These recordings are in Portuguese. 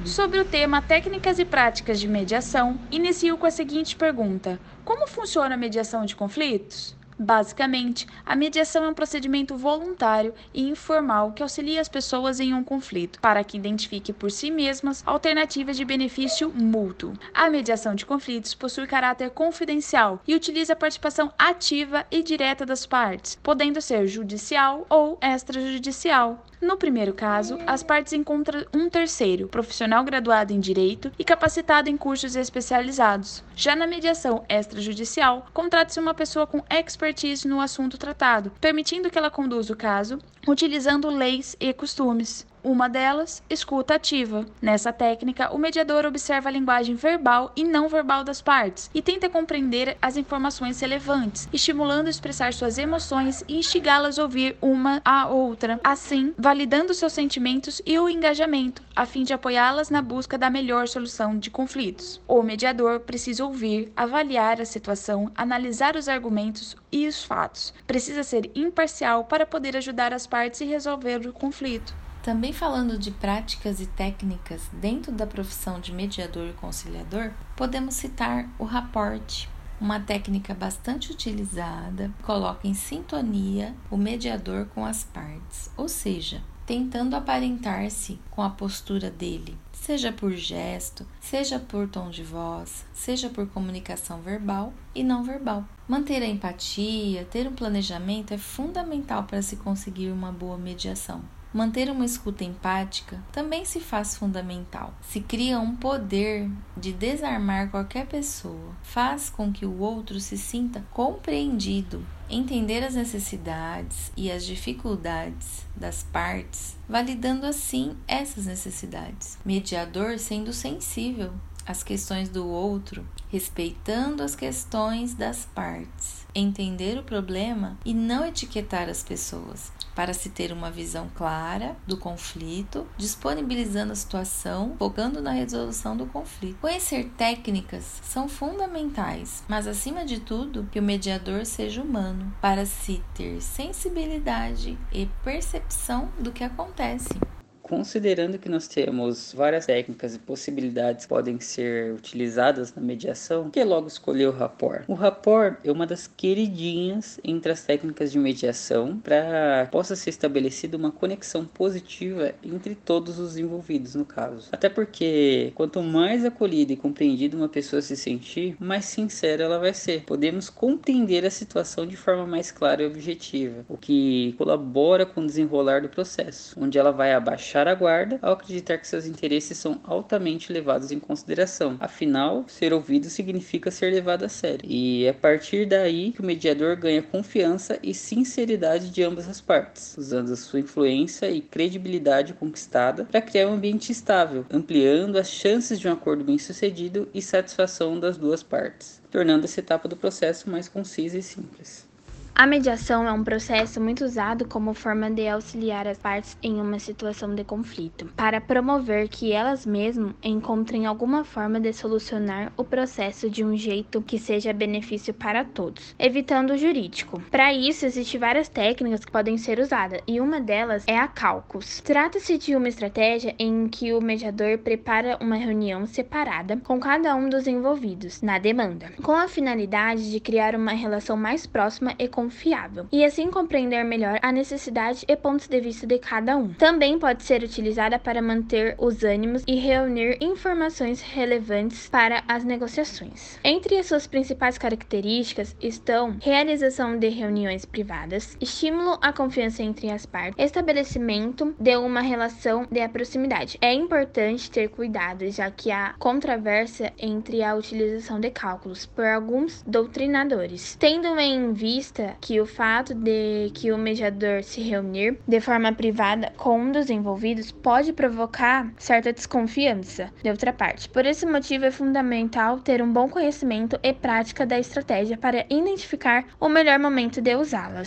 Sobre o tema técnicas e práticas de mediação, inicio com a seguinte pergunta: como funciona a mediação de conflitos? Basicamente, a mediação é um procedimento voluntário e informal que auxilia as pessoas em um conflito, para que identifique por si mesmas alternativas de benefício mútuo. A mediação de conflitos possui caráter confidencial e utiliza a participação ativa e direta das partes, podendo ser judicial ou extrajudicial. No primeiro caso, as partes encontram um terceiro, profissional graduado em direito e capacitado em cursos especializados. Já na mediação extrajudicial, contrata-se uma pessoa com expertise no assunto tratado, permitindo que ela conduza o caso, utilizando leis e costumes. Uma delas, escuta ativa. Nessa técnica, o mediador observa a linguagem verbal e não verbal das partes e tenta compreender as informações relevantes, estimulando a expressar suas emoções e instigá-las a ouvir uma a outra, assim, validando seus sentimentos e o engajamento, a fim de apoiá-las na busca da melhor solução de conflitos. O mediador precisa ouvir, avaliar a situação, analisar os argumentos e os fatos. Precisa ser imparcial para poder ajudar as partes e resolver o conflito. Também falando de práticas e técnicas dentro da profissão de mediador e conciliador, podemos citar o rapport, uma técnica bastante utilizada que coloca em sintonia o mediador com as partes, ou seja, tentando aparentar-se com a postura dele, seja por gesto, seja por tom de voz, seja por comunicação verbal e não verbal. Manter a empatia, ter um planejamento é fundamental para se conseguir uma boa mediação. Manter uma escuta empática também se faz fundamental. Se cria um poder de desarmar qualquer pessoa, faz com que o outro se sinta compreendido, entender as necessidades e as dificuldades das partes, validando assim essas necessidades. Mediador sendo sensível às questões do outro, respeitando as questões das partes, entender o problema e não etiquetar as pessoas, para se ter uma visão clara do conflito, disponibilizando a situação, focando na resolução do conflito. Conhecer técnicas são fundamentais, mas acima de tudo, que o mediador seja humano, para se ter sensibilidade e percepção do que acontece. Considerando que nós temos várias técnicas e possibilidades que podem ser utilizadas na mediação, por que logo escolher o rapport? O rapport é uma das queridinhas entre as técnicas de mediação para que possa ser estabelecida uma conexão positiva entre todos os envolvidos no caso. Até porque quanto mais acolhida e compreendida uma pessoa se sentir, mais sincera ela vai ser. Podemos compreender a situação de forma mais clara e objetiva, o que colabora com o desenrolar do processo, onde ela vai abaixar a guarda ao acreditar que seus interesses são altamente levados em consideração. Afinal, ser ouvido significa ser levado a sério. E é a partir daí que o mediador ganha confiança e sinceridade de ambas as partes, usando a sua influência e credibilidade conquistada para criar um ambiente estável, ampliando as chances de um acordo bem-sucedido e satisfação das duas partes, tornando essa etapa do processo mais concisa e simples. A mediação é um processo muito usado como forma de auxiliar as partes em uma situação de conflito, para promover que elas mesmas encontrem alguma forma de solucionar o processo de um jeito que seja benefício para todos, evitando o jurídico. Para isso, existem várias técnicas que podem ser usadas, e uma delas é a caucus. Trata-se de uma estratégia em que o mediador prepara uma reunião separada com cada um dos envolvidos na demanda, com a finalidade de criar uma relação mais próxima e confiável, e assim compreender melhor a necessidade e pontos de vista de cada um. Também pode ser utilizada para manter os ânimos e reunir informações relevantes para as negociações. Entre as suas principais características estão realização de reuniões privadas, estímulo à confiança entre as partes, estabelecimento de uma relação de proximidade. É importante ter cuidado, já que há controvérsia entre a utilização de cálculos por alguns doutrinadores, tendo em vista que o fato de que o mediador se reunir de forma privada com um dos envolvidos pode provocar certa desconfiança de outra parte. Por esse motivo, é fundamental ter um bom conhecimento e prática da estratégia para identificar o melhor momento de usá-las.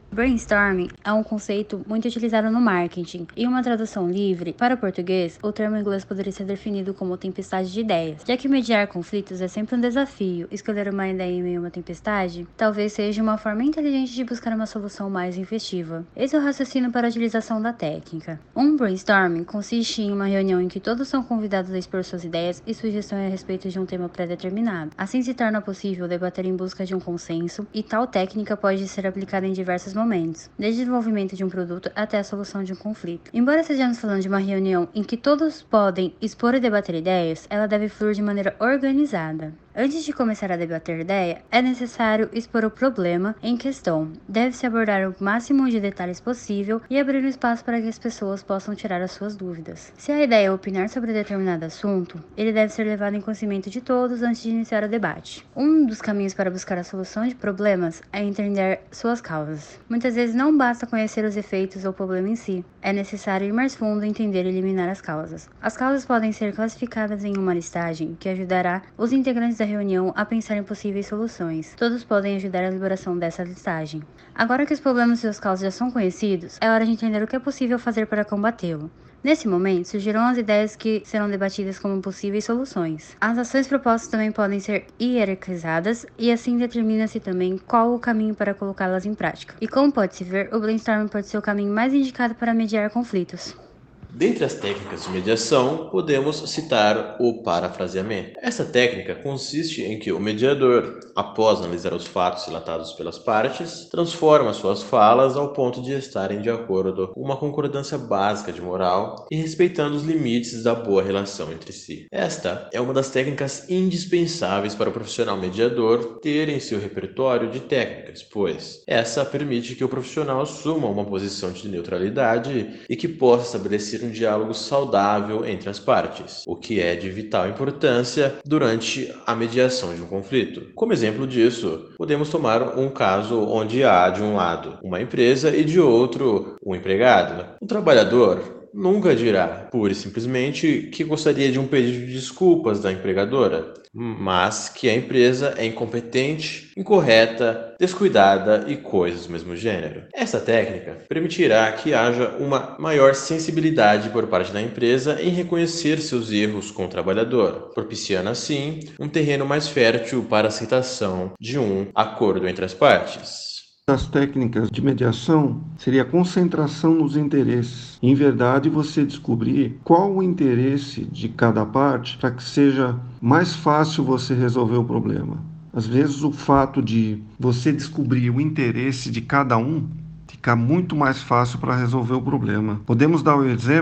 Brainstorming é um conceito muito utilizado no marketing. Em uma tradução livre para o português, o termo em inglês poderia ser definido como tempestade de ideias. Já que mediar conflitos é sempre um desafio, escolher uma ideia em meio a uma tempestade talvez seja uma forma inteligente de buscar uma solução mais efetiva. Esse é o raciocínio para a utilização da técnica. Um brainstorming consiste em uma reunião em que todos são convidados a expor suas ideias e sugestões a respeito de um tema pré-determinado. Assim se torna possível debater em busca de um consenso, e tal técnica pode ser aplicada em diversos momentos, desde o desenvolvimento de um produto até a solução de um conflito. Embora estejamos falando de uma reunião em que todos podem expor e debater ideias, ela deve fluir de maneira organizada. Antes de começar a debater ideia, é necessário expor o problema em questão. Deve-se abordar o máximo de detalhes possível e abrir um espaço para que as pessoas possam tirar as suas dúvidas. Se a ideia é opinar sobre determinado assunto, ele deve ser levado em conhecimento de todos antes de iniciar o debate. Um dos caminhos para buscar a solução de problemas é entender suas causas. Muitas vezes não basta conhecer os efeitos ou problema em si, é necessário ir mais fundo e entender e eliminar as causas. As causas podem ser classificadas em uma listagem que ajudará os integrantes da reunião a pensar em possíveis soluções. Todos podem ajudar a elaboração dessa listagem. Agora que os problemas e suas causas já são conhecidos, é hora de entender o que é possível fazer para combatê-lo. Nesse momento, surgirão as ideias que serão debatidas como possíveis soluções. As ações propostas também podem ser hierarquizadas e assim determina-se também qual o caminho para colocá-las em prática. E como pode-se ver, o brainstorming pode ser o caminho mais indicado para mediar conflitos. Dentre as técnicas de mediação, podemos citar o parafraseamento. Essa técnica consiste em que o mediador, após analisar os fatos relatados pelas partes, transforma suas falas ao ponto de estarem de acordo com uma concordância básica de moral e respeitando os limites da boa relação entre si. Esta é uma das técnicas indispensáveis para o profissional mediador ter em seu repertório de técnicas, pois essa permite que o profissional assuma uma posição de neutralidade e que possa estabelecer um diálogo saudável entre as partes, o que é de vital importância durante a mediação de um conflito. Como exemplo disso, podemos tomar um caso onde há, de um lado, uma empresa e de outro, um empregado. O trabalhador nunca dirá, pura e simplesmente, que gostaria de um pedido de desculpas da empregadora, mas que a empresa é incompetente, incorreta, descuidada e coisas do mesmo gênero. Essa técnica permitirá que haja uma maior sensibilidade por parte da empresa em reconhecer seus erros com o trabalhador, propiciando assim um terreno mais fértil para a aceitação de um acordo entre as partes. Das técnicas de mediação seria a concentração nos interesses. Em verdade, você descobrir qual o interesse de cada parte para que seja mais fácil você resolver o problema. Às vezes, o fato de você descobrir o interesse de cada um fica muito mais fácil para resolver o problema. Podemos dar o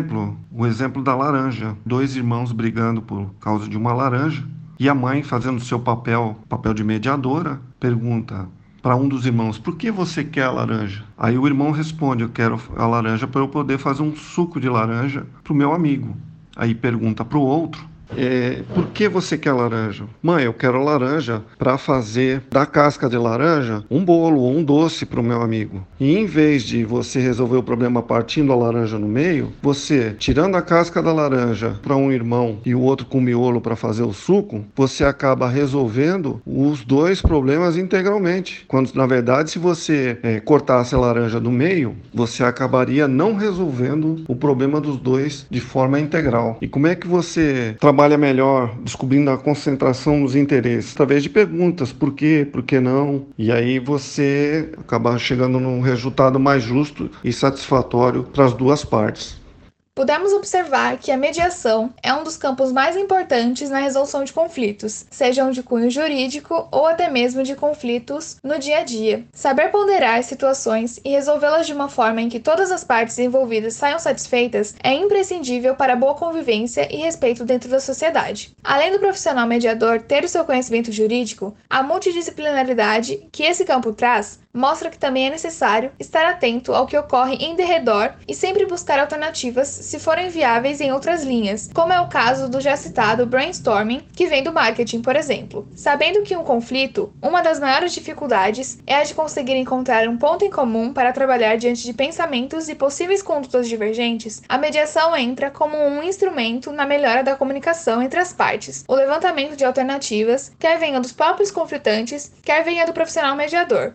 exemplo da laranja. Dois irmãos brigando por causa de uma laranja e a mãe, fazendo seu papel de mediadora, pergunta para um dos irmãos: por que você quer a laranja? Aí o irmão responde: eu quero a laranja para eu poder fazer um suco de laranja para o meu amigo. Aí pergunta para o outro: por que você quer laranja? Mãe, eu quero laranja para fazer da casca de laranja um bolo ou um doce para o meu amigo. E em vez de você resolver o problema partindo a laranja no meio, você tirando a casca da laranja para um irmão e o outro com miolo para fazer o suco, você acaba resolvendo os dois problemas integralmente. Quando na verdade, se você cortasse a laranja no meio, você acabaria não resolvendo o problema dos dois de forma integral. E como é que você trabalha melhor descobrindo a concentração nos interesses? Através de perguntas: por quê, por que não? E aí você acaba chegando num resultado mais justo e satisfatório para as duas partes. Podemos observar que a mediação é um dos campos mais importantes na resolução de conflitos, sejam de cunho jurídico ou até mesmo de conflitos no dia a dia. Saber ponderar situações e resolvê-las de uma forma em que todas as partes envolvidas saiam satisfeitas é imprescindível para a boa convivência e respeito dentro da sociedade. Além do profissional mediador ter o seu conhecimento jurídico, a multidisciplinaridade que esse campo traz mostra que também é necessário estar atento ao que ocorre em derredor e sempre buscar alternativas se forem viáveis em outras linhas, como é o caso do já citado brainstorming, que vem do marketing, por exemplo. Sabendo que um conflito, uma das maiores dificuldades é a de conseguir encontrar um ponto em comum para trabalhar diante de pensamentos e possíveis condutas divergentes, a mediação entra como um instrumento na melhora da comunicação entre as partes, o levantamento de alternativas, quer venha dos próprios conflitantes, quer venha do profissional mediador, que viabiliza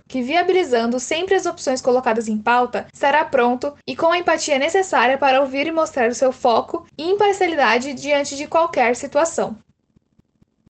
viabilizando sempre as opções colocadas em pauta, estará pronto e com a empatia necessária para ouvir e mostrar o seu foco e imparcialidade diante de qualquer situação.